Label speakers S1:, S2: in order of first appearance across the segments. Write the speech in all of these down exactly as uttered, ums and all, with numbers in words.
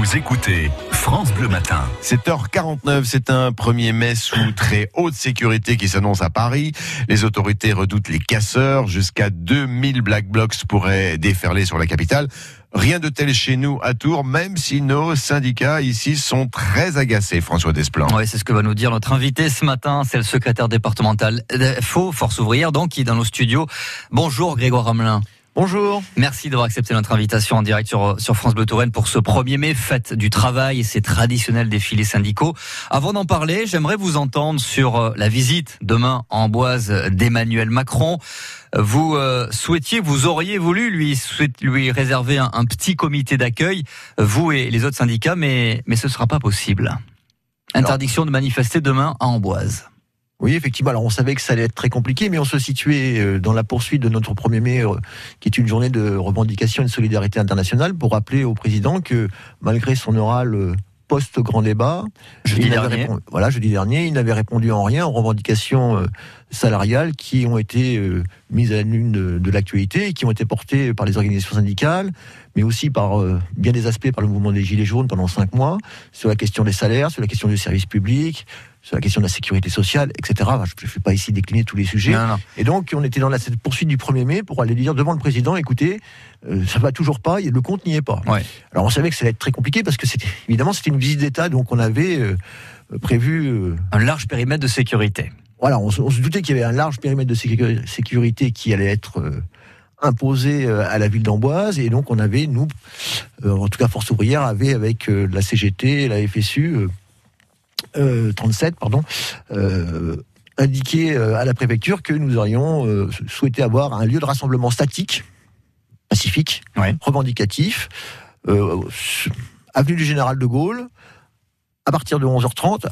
S1: Vous écoutez France Bleu Matin.
S2: sept heures quarante-neuf, c'est un premier mai sous très haute sécurité qui s'annonce à Paris. Les autorités redoutent les casseurs. Jusqu'à deux mille Black Blocs pourraient déferler sur la capitale. Rien de tel chez nous à Tours, même si nos syndicats ici sont très agacés, François Desplan.
S3: Oui, c'est ce que va nous dire notre invité ce matin. C'est le secrétaire départemental F O, Force ouvrière, donc, qui est dans nos studios. Bonjour Grégoire Ramelin.
S4: Bonjour.
S3: Merci d'avoir accepté notre invitation en direct sur, sur France Bleu Touraine pour ce premier mai, fête du travail et ces traditionnels défilés syndicaux. Avant d'en parler, j'aimerais vous entendre sur la visite demain en Amboise d'Emmanuel Macron. Vous euh, souhaitiez, vous auriez voulu lui, lui réserver un, un petit comité d'accueil, vous et les autres syndicats, mais, mais ce ne sera pas possible. Interdiction Alors, de manifester demain à Amboise.
S4: Oui, effectivement. Alors, on savait que ça allait être très compliqué, mais on se situait dans la poursuite de notre premier mai, qui est une journée de revendication et de solidarité internationale, pour rappeler au président que, malgré son oral post-grand débat,
S3: jeudi dernier,
S4: répondu, voilà, jeudi dernier, il n'avait répondu en rien aux revendications salariales qui ont été mises à la lune de, de l'actualité et qui ont été portées par les organisations syndicales, mais aussi par euh, bien des aspects par le mouvement des Gilets jaunes pendant cinq mois, sur la question des salaires, sur la question du service public, sur la question de la sécurité sociale, et cetera. Je ne vais pas ici décliner tous les sujets. Non, non. Et donc, on était dans la, cette poursuite du premier mai pour aller dire devant le président, écoutez, euh, ça ne va toujours pas, le compte n'y est pas.
S3: Ouais.
S4: Alors, on savait que ça allait être très compliqué parce que, c'était, évidemment, c'était une visite d'État, donc on avait euh, prévu... Euh,
S3: un large périmètre de sécurité.
S4: Voilà, on, on se doutait qu'il y avait un large périmètre de sécurité qui allait être... Euh, imposé à la ville d'Amboise, et donc on avait, nous, euh, en tout cas Force ouvrière, avait avec euh, la C G T et la F S U, euh, euh, trente-sept, pardon, euh, indiqué euh, à la préfecture que nous aurions euh, souhaité avoir un lieu de rassemblement statique, pacifique,
S3: ouais.
S4: revendicatif, euh, avenue du Général de Gaulle, à partir de onze heures trente,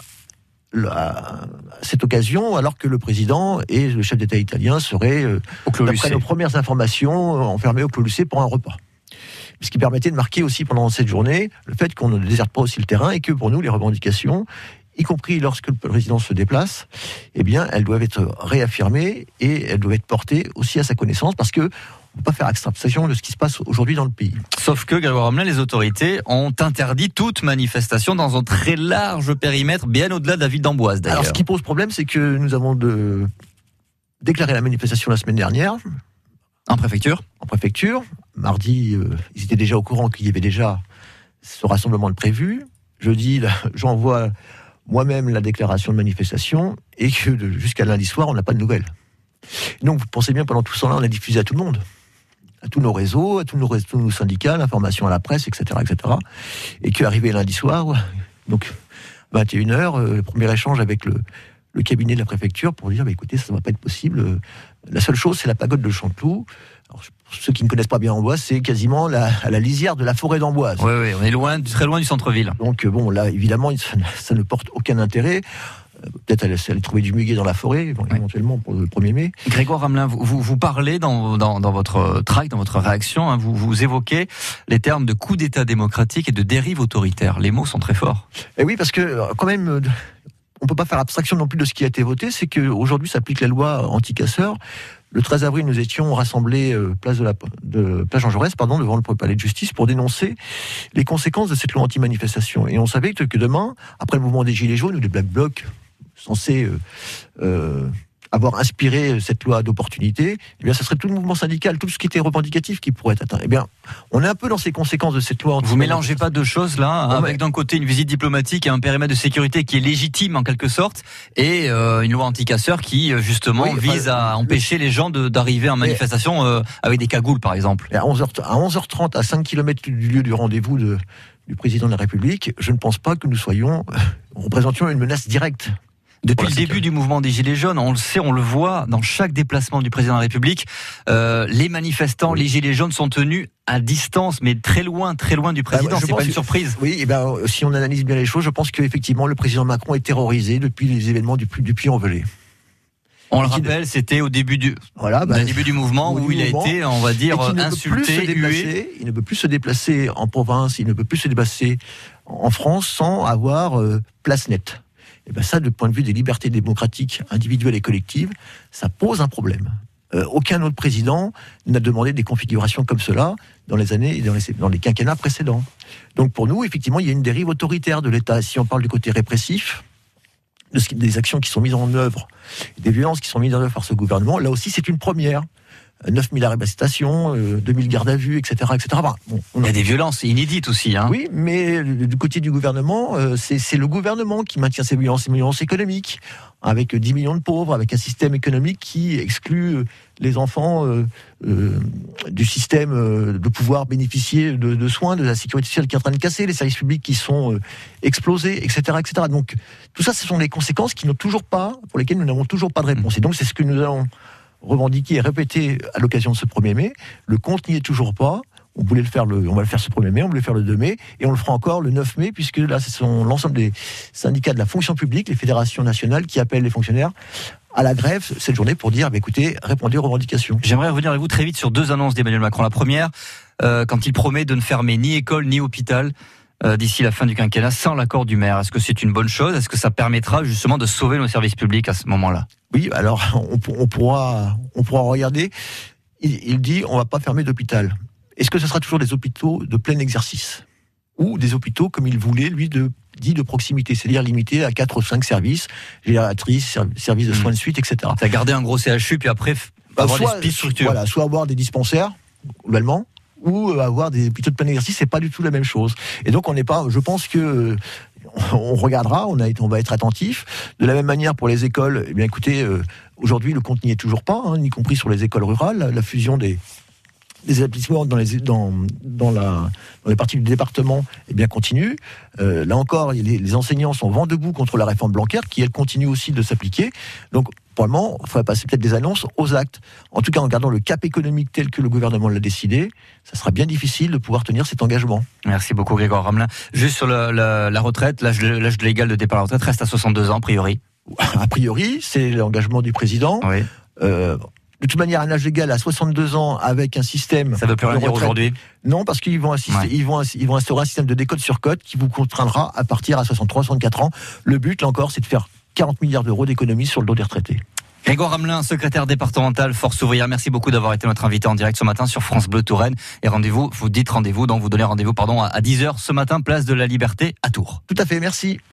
S4: à cette occasion, alors que le président et le chef d'État italien seraient, euh, d'après nos premières informations, enfermés au Clos Lucé pour un repas. Ce qui permettait de marquer aussi pendant cette journée le fait qu'on ne déserte pas aussi le terrain et que pour nous, les revendications, y compris lorsque le président se déplace, eh bien, elles doivent être réaffirmées et elles doivent être portées aussi à sa connaissance, parce que on ne peut pas faire abstraction de ce qui se passe aujourd'hui dans le pays.
S3: Sauf que, Grégoire Ramelin, les autorités ont interdit toute manifestation dans un très large périmètre, bien au-delà de la ville d'Amboise, d'ailleurs.
S4: Alors, ce qui pose problème, c'est que nous avons de... déclaré la manifestation la semaine dernière.
S3: En préfecture
S4: En préfecture. Mardi, euh, ils étaient déjà au courant qu'il y avait déjà ce rassemblement de prévu. Jeudi, là, j'envoie moi-même la déclaration de manifestation, et que de, jusqu'à lundi soir, on n'a pas de nouvelles. Donc, vous pensez bien, pendant tout ce temps-là, on a diffusé à tout le monde, à tous nos réseaux, à tous nos, tous nos syndicats, l'information à la presse, et cetera, et cetera. Et qu'arrivé lundi soir, donc vingt et une heures, euh, le premier échange avec le, le cabinet de la préfecture pour dire, bah, écoutez, ça ne va pas être possible. La seule chose, c'est la pagode de Chanteloup. Alors, pour ceux qui ne connaissent pas bien Amboise, c'est quasiment la, à la lisière de la forêt d'Amboise.
S3: Oui, oui, on est loin, très loin du centre-ville.
S4: Donc bon, là, évidemment, ça, ça ne porte aucun intérêt. Peut-être aller, aller trouver du muguet dans la forêt, bon, éventuellement pour le premier mai.
S3: Grégoire Ramelin, vous, vous, vous parlez dans, dans, dans votre tract, dans votre réaction, hein, vous, vous évoquez les termes de coup d'État démocratique et de dérive autoritaire. Les mots sont très forts.
S4: Et oui, parce que quand même, on ne peut pas faire abstraction non plus de ce qui a été voté, c'est qu'aujourd'hui s'applique la loi anti-casseurs. Le treize avril, nous étions rassemblés euh, place de la de place Jean Jaurès, pardon, devant le palais de justice pour dénoncer les conséquences de cette loi anti-manifestation. Et on savait que, que demain, après le mouvement des Gilets jaunes ou des Black Blocs, censés euh, euh, avoir inspiré cette loi d'opportunité, eh bien, ça serait tout le mouvement syndical, tout ce qui était revendicatif qui pourrait être atteint. Eh bien, on est un peu dans ces conséquences de cette loi.
S3: Vous mélangez pas deux choses là,
S4: non,
S3: avec
S4: mais...
S3: d'un côté une visite diplomatique et un périmètre de sécurité qui est légitime en quelque sorte, et euh, une loi anti-casseurs qui justement oui, vise enfin, à empêcher le... les gens de, d'arriver en manifestation euh, avec des cagoules par exemple.
S4: À onze heures trente, à cinq kilomètres du lieu du rendez-vous de, du président de la République, je ne pense pas que nous soyons, euh, représentions une menace directe.
S3: Depuis le début du mouvement des Gilets jaunes, on le sait, on le voit dans chaque déplacement du président de la République, euh, les manifestants, oui. les Gilets jaunes sont tenus à distance, mais très loin, très loin du président. Ah, c'est pas une surprise.
S4: Oui, et ben, si on analyse bien les choses, je pense qu'effectivement, le président Macron est terrorisé depuis les événements du, du Puy-en-Velay.
S3: On le rappelle, c'était au début du,
S4: voilà, bah,
S3: début du mouvement où il a été, on va dire, insulté, hué.
S4: Il ne peut plus se déplacer en province, il ne peut plus se déplacer en France sans avoir euh, place nette. Et bien ça, du point de vue des libertés démocratiques individuelles et collectives, ça pose un problème. Euh, aucun autre président n'a demandé des configurations comme cela dans les années, dans les, dans les quinquennats précédents. Donc pour nous, effectivement, il y a une dérive autoritaire de l'État. Si on parle du côté répressif, de ce qui, des actions qui sont mises en œuvre, des violences qui sont mises en œuvre par ce gouvernement, là aussi c'est une première. neuf mille arrestations, euh, deux mille gardes à vue, et cetera, et cetera. Enfin, bon, on a...
S3: Il y a des violences inédites aussi. Hein.
S4: Oui, mais du côté du gouvernement, euh, c'est, c'est le gouvernement qui maintient ces violences, ces violences économiques, avec dix millions de pauvres, avec un système économique qui exclut les enfants euh, euh, du système euh, de pouvoir bénéficier de, de soins, de la sécurité sociale qui est en train de casser, les services publics qui sont euh, explosés, et cetera, et cetera. Donc, tout ça, ce sont des conséquences qui n'ont toujours pas, pour lesquelles nous n'avons toujours pas de réponse. Et donc, c'est ce que nous allons revendiqué et répété à l'occasion de ce premier mai. Le compte n'y est toujours pas. On voulait le faire le, on va le faire ce premier mai, on voulait le faire le deux mai, et on le fera encore le neuf mai, puisque là, ce sont l'ensemble des syndicats de la fonction publique, les fédérations nationales, qui appellent les fonctionnaires à la grève cette journée pour dire, bah, écoutez, répondez aux revendications.
S3: J'aimerais revenir avec vous très vite sur deux annonces d'Emmanuel Macron. La première, euh, quand il promet de ne fermer ni école ni hôpital euh, d'ici la fin du quinquennat sans l'accord du maire. Est-ce que c'est une bonne chose ? Est-ce que ça permettra justement de sauver nos services publics à ce moment-là ?
S4: Oui, alors on, on pourra, on pourra regarder. Il, il dit, on va pas fermer d'hôpital. Est-ce que ce sera toujours des hôpitaux de plein exercice ou des hôpitaux comme il voulait, lui, de dit de proximité, c'est-à-dire limité à quatre ou cinq services, gériatrices, services de soins de suite, et cetera.
S3: Ça garder un gros C H U puis après
S4: bah,
S3: avoir
S4: soit,
S3: des petites structures.
S4: Voilà, soit avoir des dispensaires globalement, ou avoir des hôpitaux de plein exercice, c'est pas du tout la même chose. Et donc on n'est pas, je pense que on regardera, on, a, on va être attentif. De la même manière pour les écoles, eh bien écoutez, euh, aujourd'hui le compte n'y est toujours pas, hein, y compris sur les écoles rurales, la, la fusion des des établissements dans les dans dans la dans les parties du département eh bien continue. Euh, là encore, les, les enseignants sont vent debout contre la réforme Blanquer qui elle continue aussi de s'appliquer. Donc probablement, il faudrait passer peut-être des annonces aux actes. En tout cas, en gardant le cap économique tel que le gouvernement l'a décidé, ça sera bien difficile de pouvoir tenir cet engagement.
S3: Merci beaucoup Grégoire Ramelin. Juste sur le, la, la retraite, l'âge, l'âge légal de départ à la retraite reste à soixante-deux ans a priori.
S4: A priori, c'est l'engagement du président.
S3: Oui.
S4: Euh, De toute manière, un âge légal à soixante-deux ans avec un système.
S3: Ça ne veut plus rien dire aujourd'hui.
S4: Non, parce qu'ils vont assister, ouais. ils vont, ils vont instaurer un système de décote sur cote qui vous contraindra à partir à soixante-trois, soixante-quatre ans. Le but, là encore, c'est de faire quarante milliards d'euros d'économies sur le dos des retraités.
S3: Grégoire Ramelin, secrétaire départemental Force ouvrière, merci beaucoup d'avoir été notre invité en direct ce matin sur France Bleu Touraine. Et rendez-vous, vous dites rendez-vous, donc vous donnez rendez-vous, pardon, à dix heures ce matin, place de la Liberté à Tours.
S4: Tout à fait, merci.